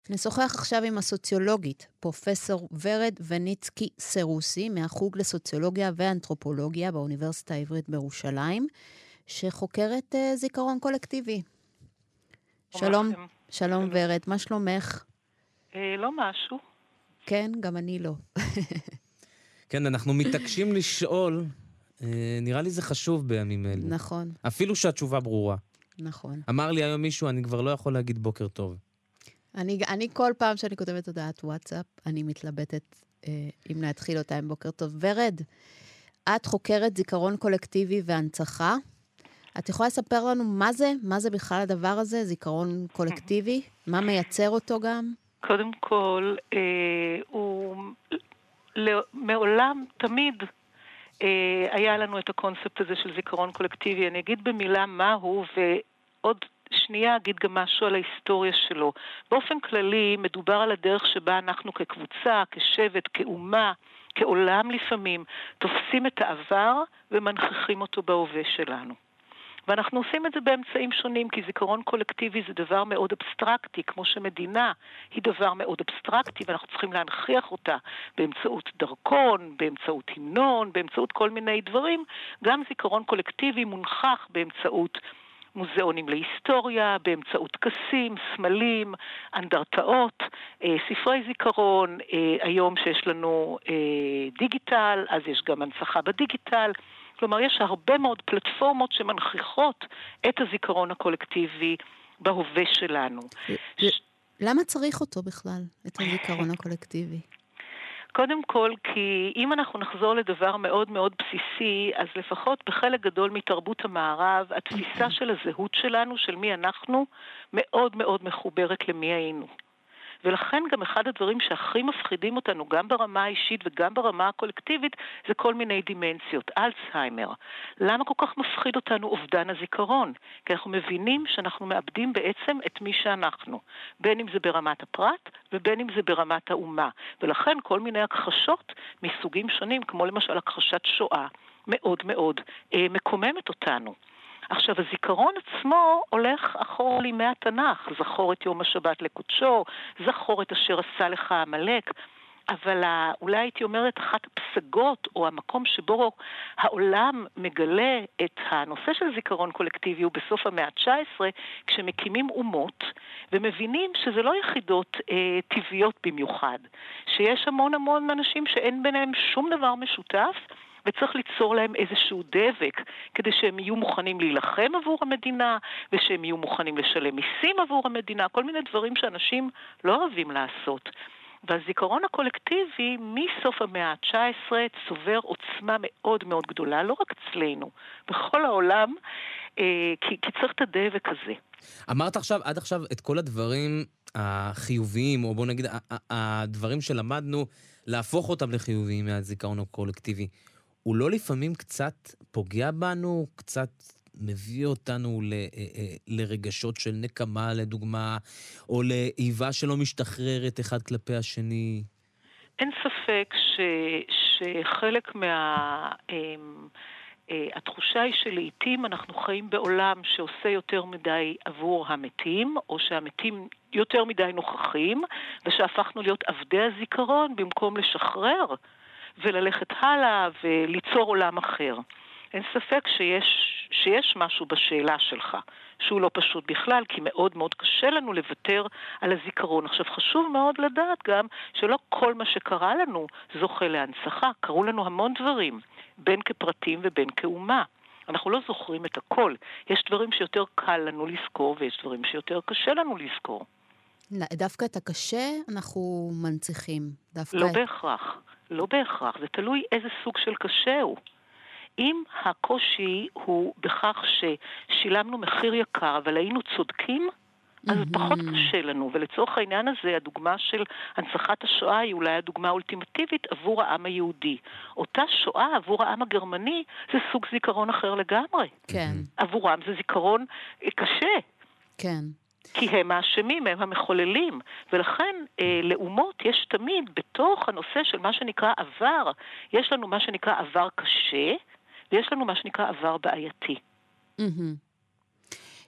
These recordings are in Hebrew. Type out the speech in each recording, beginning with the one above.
נשוחח עכשיו עם הסוציולוגית, פרופסור ורד וניצקי סרוסי, מהחוג לסוציולוגיה ואנתרופולוגיה באוניברסיטה העברית בירושלים, שחוקרת זיכרון קולקטיבי. שלום, שלום ורד, מה שלומך? לא משהו. כן, גם אני לא. כן, אנחנו מתעקשים לשאול, נראה לי זה חשוב בימים אלו. נכון. אפילו שהתשובה ברורה. נכון. אמר לי היום מישהו, אני כבר לא יכול להגיד בוקר טוב. אני כל פעם שאני כותבת הודעת וואטסאפ, אני מתלבטת אם להתחיל אותה עם בוקר טוב. ורד, את חוקרת זיכרון קולקטיבי והנצחה. את יכולה לספר לנו מה זה? מה זה בכלל הדבר הזה, זיכרון קולקטיבי? מה מייצר אותו גם? קודם כל, הוא מעולם, תמיד, היה לנו את הקונספט הזה של זיכרון קולקטיבי. אני אגיד במילה מה הוא, ועוד שנייה אגיד גם משהו על ההיסטוריה שלו. באופן כללי, מדובר על הדרך שבה אנחנו כקבוצה, כשבט, כאומה, כעולם לפעמים, תופסים את העבר ומנכיחים אותו בהווה שלנו. ואנחנו עושים את זה באמצעים שונים, כי זיכרון קולקטיבי זה דבר מאוד אבסטרקטי, כמו שמדינה היא דבר מאוד אבסטרקטי, ואנחנו צריכים להנכיח אותה באמצעות דרכון, באמצעות המנון, באמצעות כל מיני דברים. גם זיכרון קולקטיבי מונחח באמצעות מוזיאונים להיסטוריה, באמצעות טקסים, סמלים, אנדרטאות, ספרי זיכרון. היום שיש לנו דיגיטל, אז יש גם הנצחה בדיגיטל. כלומר, יש הרבה מאוד פלטפורמות שמנכיחות את הזיכרון הקולקטיבי בהווה שלנו. למה צריך אותו בכלל, את הזיכרון הקולקטיבי? קודם כל, כי אם אנחנו נחזור לדבר מאוד מאוד בסיסי, אז לפחות בחלק גדול מתרבות המערב, התפיסה של הזהות שלנו, של מי אנחנו, מאוד מאוד מחוברת למי היינו. ולכן גם אחד הדברים שהכי מפחידים אותנו, גם ברמה האישית וגם ברמה הקולקטיבית, זה כל מיני דימנציות, אלצהיימר. למה כל כך מפחיד אותנו אובדן הזיכרון? כי אנחנו מבינים שאנחנו מאבדים בעצם את מי שאנחנו, בין אם זה ברמת הפרט ובין אם זה ברמת האומה. ולכן כל מיני הכחשות מסוגים שונים, כמו למשל הכחשת שואה, מאוד מאוד מקוממת אותנו. עכשיו, הזיכרון עצמו הולך אחורה לימי התנ"ך, זכור את יום השבת לקודשו, זכור את אשר עשה לך עמלק, אבל אולי הייתי אומרת אחת הפסגות או המקום שבו העולם מגלה את הנושא של זיכרון קולקטיבי הוא בסוף המאה ה-19, כשמקימים אומות ומבינים שזה לא יחידות טבעיות במיוחד, שיש המון המון אנשים שאין ביניהם שום דבר משותף, וצריך ליצור להם איזשהו דבק, כדי שהם יהיו מוכנים להילחם עבור המדינה, ושהם יהיו מוכנים לשלם מיסים עבור המדינה, כל מיני דברים שאנשים לא אוהבים לעשות. והזיכרון הקולקטיבי מסוף המאה ה-19 צובר עוצמה מאוד מאוד גדולה, לא רק אצלנו, בכל העולם, כי צריך את הדבק הזה. אמרת עד עכשיו את כל הדברים החיוביים, או בוא נגיד, הדברים שלמדנו, להפוך אותם לחיוביים מהזיכרון הקולקטיבי. הוא לא לפעמים קצת פוגע בנו, קצת מביא אותנו לרגשות של נקמה, לדוגמה, או לאיבה שלא משתחררת אחד כלפי השני? אין ספק שחלק התחושה היא שלעיתים אנחנו חיים בעולם שעושה יותר מדי עבור המתים, או שהמתים יותר מדי נוכחים, ושהפכנו להיות עבדי הזיכרון במקום לשחרר וללכת הלאה וליצור עולם אחר. אין ספק שיש משהו בשאלה שלך, שהוא לא פשוט בכלל, כי מאוד מאוד קשה לנו לוותר על הזיכרון. עכשיו חשוב מאוד לדעת גם שלא כל מה שקרה לנו זוכה להנצחה. קראו לנו המון דברים, בין כפרטים ובין כאומה. אנחנו לא זוכרים את הכל. יש דברים שיותר קל לנו לזכור, ויש דברים שיותר קשה לנו לזכור. דווקא את הקשה אנחנו מנציחים. לא בהכרח. לא בהכרח. זה תלוי איזה סוג של קשה הוא. אם הקושי הוא בכך ששילמנו מחיר יקר, אבל היינו צודקים, אז פחות קשה לנו. ולצורך העניין הזה, הדוגמה של הנצחת השואה היא אולי הדוגמה האולטימטיבית עבור העם היהודי. אותה שואה עבור העם הגרמני זה סוג זיכרון אחר לגמרי. כן. עבורם זה זיכרון קשה. כן. כי הם האשמים, הם המחוללים. ולכן לאומות יש תמיד בתוך הנושא של מה שנקרא עבר, יש לנו מה שנקרא עבר קשה, ויש לנו מה שנקרא עבר בעייתי.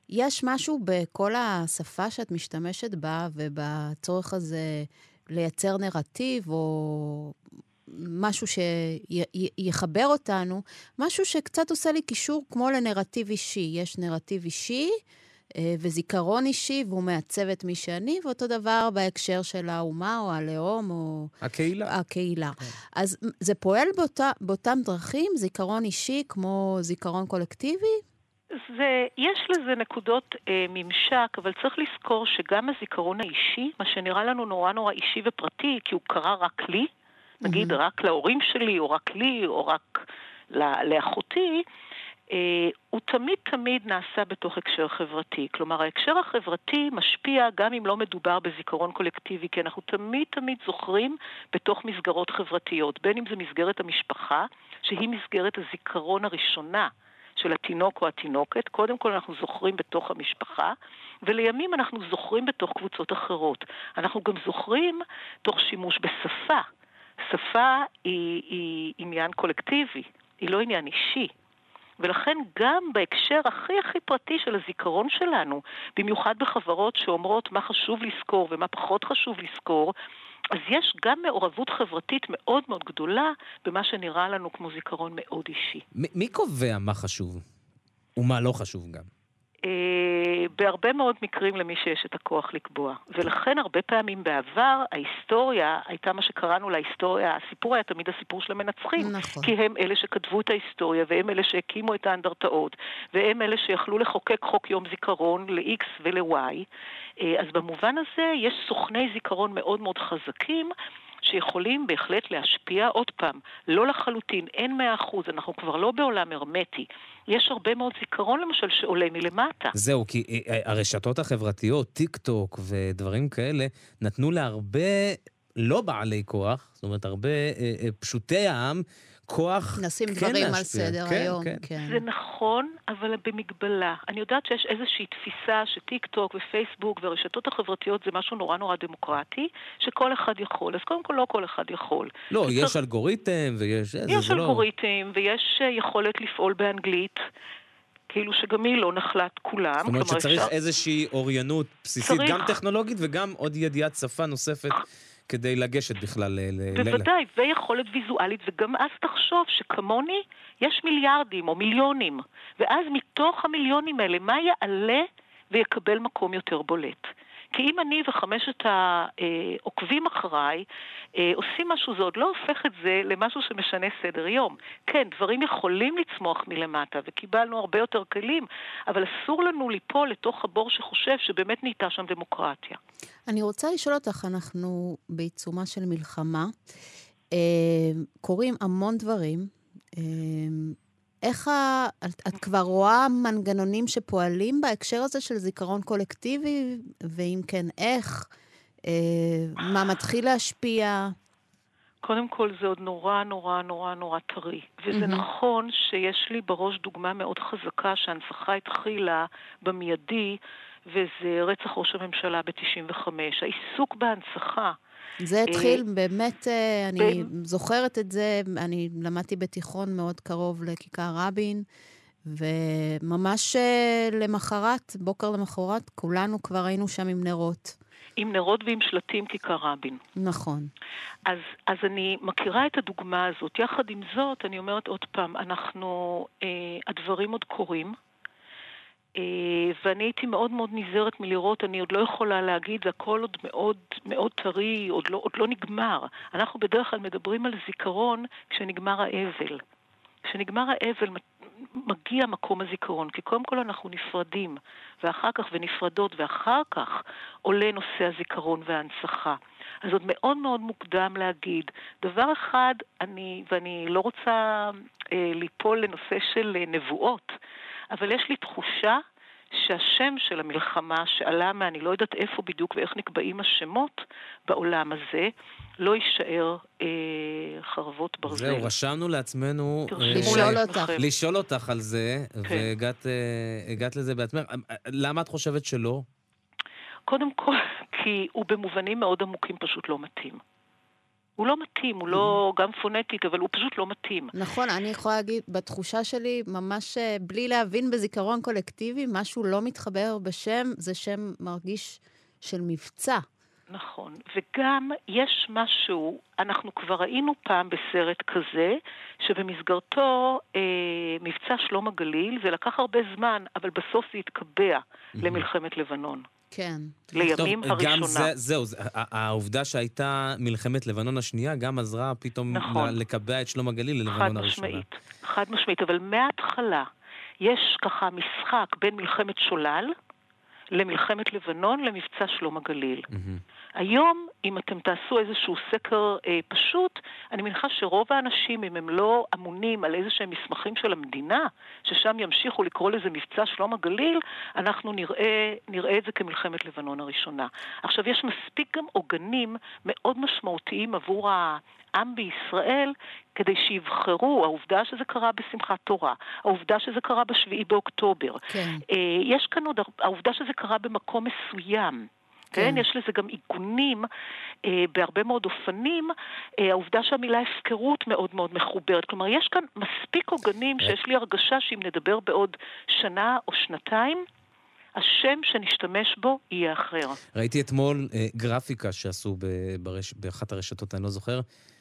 יש משהו בכל השפה שאת משתמשת בה, ובצורך הזה לייצר נרטיב, או משהו שיחבר אותנו, משהו שקצת עושה לי קישור כמו לנרטיב אישי. יש נרטיב אישי וזיכרון אישי, והוא מעצב את מי שאני, ואותו דבר בהקשר של האומה או הלאום או הקהילה. אז זה פועל באותם דרכים, זיכרון אישי כמו זיכרון קולקטיבי? יש לזה נקודות ממשק, אבל צריך לזכור שגם הזיכרון האישי, מה שנראה לנו נורא נורא אישי ופרטי, כי הוא קרה רק לי, נגיד רק להורים שלי, או רק לי, או רק לאחותי, הוא תמיד נעשה בתוך הקשר חברתי. כלומר, ההקשר החברתי משפיע גם אם לא מדובר בזיכרון קולקטיבי, כי אנחנו תמיד זוכרים בתוך מסגרות חברתיות, בין אם זה מסגרת המשפחה, שהיא מסגרת הזיכרון הראשונה של התינוק או התינוקת. קודם כל אנחנו זוכרים בתוך המשפחה, ולימים אנחנו זוכרים בתוך קבוצות אחרות. אנחנו גם זוכרים תוך שימוש בשפה. שפה היא עניין קולקטיבי, היא לא עניין אישי. ולכן גם בהקשר הכי פרטי של הזיכרון שלנו, במיוחד בחברות שאומרות מה חשוב לזכור ומה פחות חשוב לזכור, אז יש גם מעורבות חברתית מאוד מאוד גדולה במה שנראה לנו כמו זיכרון מאוד אישי. מי קובע מה חשוב ומה לא חשוב גם? בהרבה מאוד מקרים למי שיש את הכוח לקבוע. ולכן הרבה פעמים בעבר ההיסטוריה הייתה מה שקראנו להיסטוריה, הסיפור היה תמיד הסיפור של המנצחים. נכון. כי הם אלה שכתבו את ההיסטוריה, והם אלה שהקימו את האנדרטאות, והם אלה שיכלו לחוקק חוק יום זיכרון ל-X ול-Y. אז במובן הזה יש סוכני זיכרון מאוד מאוד חזקים, שיכולים בהחלט להשפיע עוד פעם, לא לחלוטין, אין 100%, אנחנו כבר לא בעולם הרמטי. יש הרבה מאוד זיכרון למשל שעולה מלמטה. זהו, כי הרשתות החברתיות, טיק טוק ודברים כאלה, נתנו להרבה לא בעלי כוח, זאת אומרת הרבה פשוטי העם, כוח נשים כן דברים להשפיע. על סדר היום. כן. זה נכון, אבל במגבלה. אני יודעת שיש איזושהי תפיסה שטיק טוק ופייסבוק והרשתות החברתיות זה משהו נורא נורא דמוקרטי, שכל אחד יכול. אז קודם כל לא כל אחד יכול. לא, יש אלגוריתם ויש... יש אלגוריתם ויש יכולת לפעול באנגלית, כאילו שגם היא לא נחלת כולם. זאת אומרת שצריך איזושהי אוריינות בסיסית, גם טכנולוגית וגם עוד ידיעת שפה נוספת. כדי לגשת בכלל בוודאי, ויכולת ויזואלית, וגם אז תחשוב שכמוני יש מיליארדים או מיליונים, ואז מתוך המיליונים האלה, מה יעלה ויקבל מקום יותר בולט? כי אם אני וחמשת העוקבים אחריי עושים משהו, זה עוד לא הופך את זה למשהו שמשנה סדר יום. כן, דברים יכולים לצמוח מלמטה, וקיבלנו הרבה יותר כלים, אבל אסור לנו ליפול לתוך הבור שחושב שבאמת נהייתה שם דמוקרטיה. אני רוצה לשאול אותך, אנחנו בעיצומה של מלחמה, קוראים המון דברים, איך את כבר רואה מנגנונים שפועלים בהקשר הזה של זיכרון קולקטיבי, ואם כן, איך? מה מתחיל להשפיע? קודם כל זה עוד נורא טרי. וזה נכון שיש לי בראש דוגמה מאוד חזקה שההנצחה התחילה במיידי, וזה רצח ראש הממשלה ב-95. העיסוק בהנצחה, זה התחיל באמת, אני זוכרת את זה, אני למדתי בתיכון מאוד קרוב לכיכר רבין, וממש למחרת, בוקר למחרת, כולנו כבר היינו שם עם נרות. עם נרות ועם שלטים כיכר רבין. נכון. אז אני מכירה את הדוגמה הזאת. יחד עם זאת, אני אומרת עוד פעם, הדברים עוד קורים, ואני הייתי מאוד מאוד נזהרת מלראות, אני עוד לא יכולה להגיד, זה הכל עוד מאוד מאוד טרי, עוד לא נגמר. אנחנו בדרך כלל מדברים על זיכרון כשנגמר האבל. כשנגמר האבל מגיע מקום הזיכרון, כי קודם כל אנחנו נפרדים, ואחר כך ונפרדות, ואחר כך עולה נושא הזיכרון וההנצחה. אז עוד מאוד מאוד מוקדם להגיד. דבר אחד, ואני לא רוצה ליפול לנושא של נבואות, אבל יש לי תחושה שהשם של המלחמה שעלה אני לא יודעת איפה בדיוק ואיך נקבעים השמות בעולם הזה, לא יישאר חרבות ברזל. זהו, רשמנו לעצמנו לשאול אותך על זה, והגעת לזה בעצמך. למה את חושבת שלא? קודם כל, כי הוא במובנים מאוד עמוקים פשוט לא מתאים. הוא לא מתאים, הוא לא גם פונטית, אבל הוא פשוט לא מתאים. נכון, אני יכולה להגיד, בתחושה שלי, ממש בלי להבין בזיכרון קולקטיבי, משהו לא מתחבר בשם, זה שם מרגיש של מבצע. נכון, וגם יש משהו, אנחנו כבר ראינו פעם בסרט כזה, שבמסגרתו מבצע שלום הגליל, זה לקח הרבה זמן, אבל בסוף זה התקבע למלחמת לבנון. כן. לימים טוב, הראשונה. גם זהו, העובדה שהייתה מלחמת לבנון השנייה, גם עזרה פתאום נכון. לקבע את שלום הגליל ללבנון הראשונה. חד משמעית, אבל מההתחלה יש ככה משחק בין מלחמת שולל, למלחמת לבנון, למבצע שלום הגליל. היום, אם אתם תעשו איזשהו סקר פשוט, אני מניחה שרוב האנשים, אם הם לא אמונים על איזשהם מסמכים של המדינה, ששם ימשיכו לקרוא לזה מבצע שלום הגליל, אנחנו נראה את זה כמלחמת לבנון הראשונה. עכשיו, יש מספיק גם עוגנים מאוד משמעותיים עבור העם בישראל, כדי שיבחרו, העובדה שזה קרה בשמחת תורה, העובדה שזה קרה ב7 באוקטובר. כן. יש כאן עוד, העובדה שזה קרה במקום מסוים. כן, יש לזה גם עיגונים בהרבה מאוד אופנים, העובדה שהמילה הפקרות מאוד מאוד מחוברת. כלומר, יש כאן מספיק עוגנים שיש לי הרגשה שאם נדבר בעוד שנה או שנתיים, השם שנשתמש בו יהיה אחר. ראיתי אתמול גרפיקה שעשו באחת הרשתות, אני לא זוכר,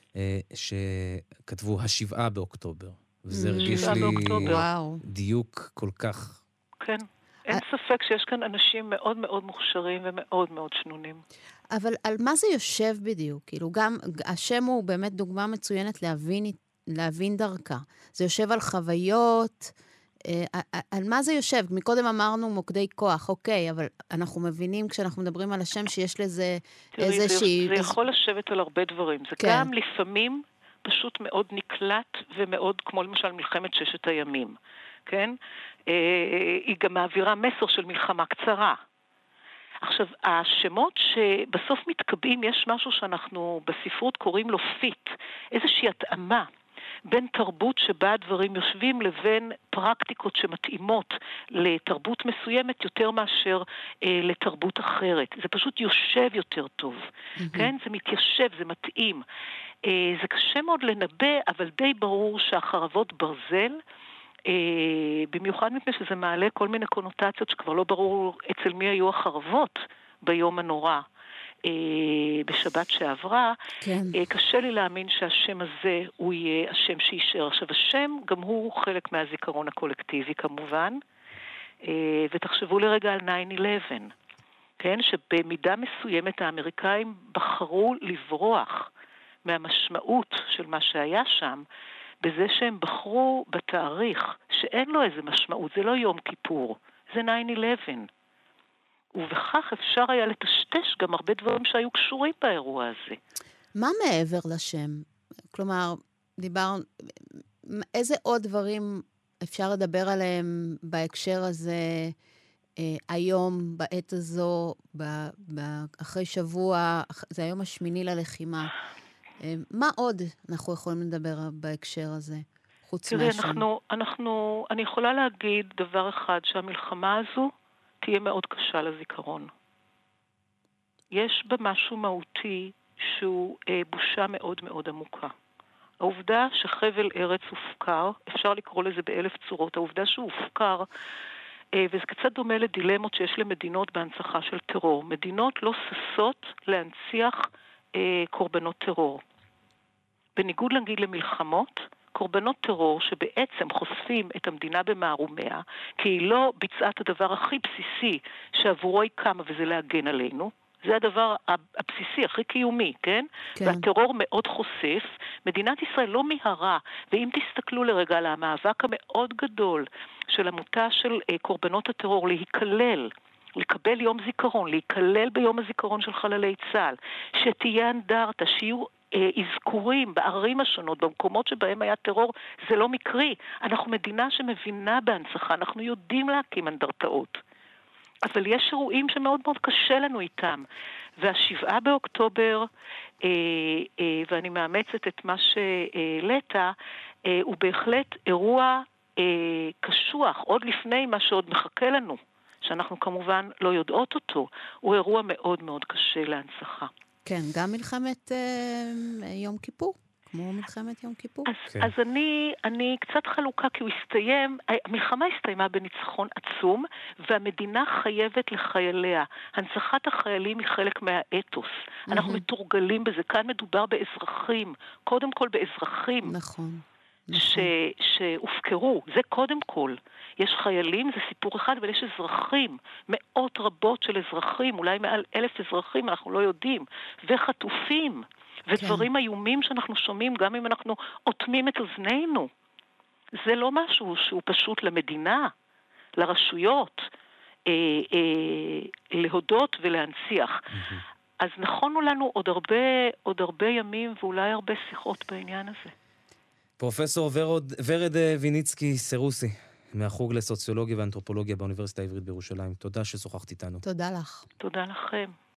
שכתבו 7 באוקטובר. וזה הרגיש לי דיוק כל כך... כן. אין ספק שיש כאן אנשים מאוד מאוד מוכשרים ומאוד מאוד שנונים. אבל על מה זה יושב בדיוק? כאילו גם השם הוא באמת דוגמה מצוינת להבין דרכה. זה יושב על חוויות, על מה זה יושב? מקודם אמרנו מוקדי כוח, אוקיי, אבל אנחנו מבינים כשאנחנו מדברים על השם שיש לזה איזושהי... זה יכול לשבת על הרבה דברים. זה גם לפעמים פשוט מאוד נקלט ומאוד, כמו למשל מלחמת 6 הימים. כן? היא גם מעבירה מסר של מלחמה קצרה. עכשיו, השמות שבסוף מתקבעים, יש משהו שאנחנו בספרות קוראים לו פיט, איזושהי התאמה בין תרבות שבה הדברים יושבים לבין פרקטיקות שמתאימות לתרבות מסוימת יותר מאשר לתרבות אחרת. זה פשוט יושב יותר טוב, כן? זה מתיישב, זה מתאים. זה קשה מאוד לנבא, אבל די ברור שהחרבות ברזל, במיוחד מפני שזה מעלה כל מיני קונוטציות שכבר לא ברור אצל מי היו החרבות ביום הנורא בשבת שעברה. כן. קשה לי להאמין שהשם הזה הוא יהיה השם שישאר. עכשיו, השם גם הוא חלק מהזיכרון הקולקטיבי כמובן, ותחשבו לרגע על 9/11, כן? שבמידה מסוימת האמריקאים בחרו לברוח מהמשמעות של מה שהיה שם, בזה שהם בחרו בתאריך שאין לו איזה משמעות, זה לא יום כיפור, זה 9/11. ובכך אפשר היה לטשטש גם הרבה דברים שהיו קשורים באירוע הזה. מה מעבר לשם? כלומר, איזה עוד דברים אפשר לדבר עליהם בהקשר הזה היום, בעת הזו, אחרי שבוע, זה היום השמיני ללחימה. מה עוד אנחנו יכולים לדבר בהקשר הזה, חוץ מהשם? אני יכולה להגיד דבר אחד, שהמלחמה הזו תהיה מאוד קשה לזיכרון. יש בה משהו מהותי שהוא בושה מאוד מאוד עמוקה. העובדה שחבל ארץ הופקר, אפשר לקרוא לזה באלף צורות, העובדה שהוא הופקר, וזה קצת דומה לדילמות שיש למדינות בהנצחה של טרור. מדינות לא ששות להנציח קורבנות טרור. בניגוד נגיד למלחמות, קורבנות טרור שבעצם חושפים את המדינה במערומיה, כי היא לא ביצעה את הדבר הכי בסיסי שעבורו היא קמה, וזה להגן עלינו. זה הדבר הבסיסי, הכי קיומי, כן? כן. והטרור מאוד חושף. מדינת ישראל לא מהרה, ואם תסתכלו לרגע על המאבק המאוד גדול של עמותה של קורבנות הטרור להיכלל, לקבל יום זיכרון, להיכלל ביום הזיכרון של חללי צה"ל, שתהיה אנדרטה, שיהיו אזכורים בערים השונות, במקומות שבהם היה טרור, זה לא מקרי. אנחנו מדינה שמבינה בהנצחה, אנחנו יודעים להקים אנדרטאות. אבל יש אירועים שמאוד מאוד קשה לנו איתם. וה7 באוקטובר, ואני מאמצת את מה שהעלית, הוא בהחלט אירוע קשוח, עוד לפני מה שעוד מחכה לנו, שאנחנו כמובן לא יודעות אותו. הוא אירוע מאוד מאוד קשה להנצחה. כן, גם מלחמת יום כיפור, כמו מלחמת יום כיפור. אז אני קצת חלוקה, כי המלחמה הסתיימה בניצחון עצום, והמדינה חייבת לחייליה. הנצחת החיילים היא חלק מהאתוס. אנחנו מתורגלים בזה. כאן מדובר באזרחים, קודם כל באזרחים. נכון. שהופקרו, זה קודם כל. יש חיילים, זה סיפור אחד, אבל יש אזרחים, מאות רבות של אזרחים, אולי מעל 1,000 אזרחים, אנחנו לא יודעים, וחטופים, ודברים איומים שאנחנו שומעים, גם אם אנחנו אוטמים את אוזנינו. זה לא משהו שהוא פשוט למדינה, לרשויות, להודות ולהנציח. אז נכונו לנו עוד הרבה ימים, ואולי הרבה שיחות בעניין הזה. פרופסור ורד ויניצקי סרוסי, מהחוג לסוציולוגיה ואנתרופולוגיה באוניברסיטה העברית בירושלים. תודה ששוחחת איתנו. תודה לך. תודה לכם.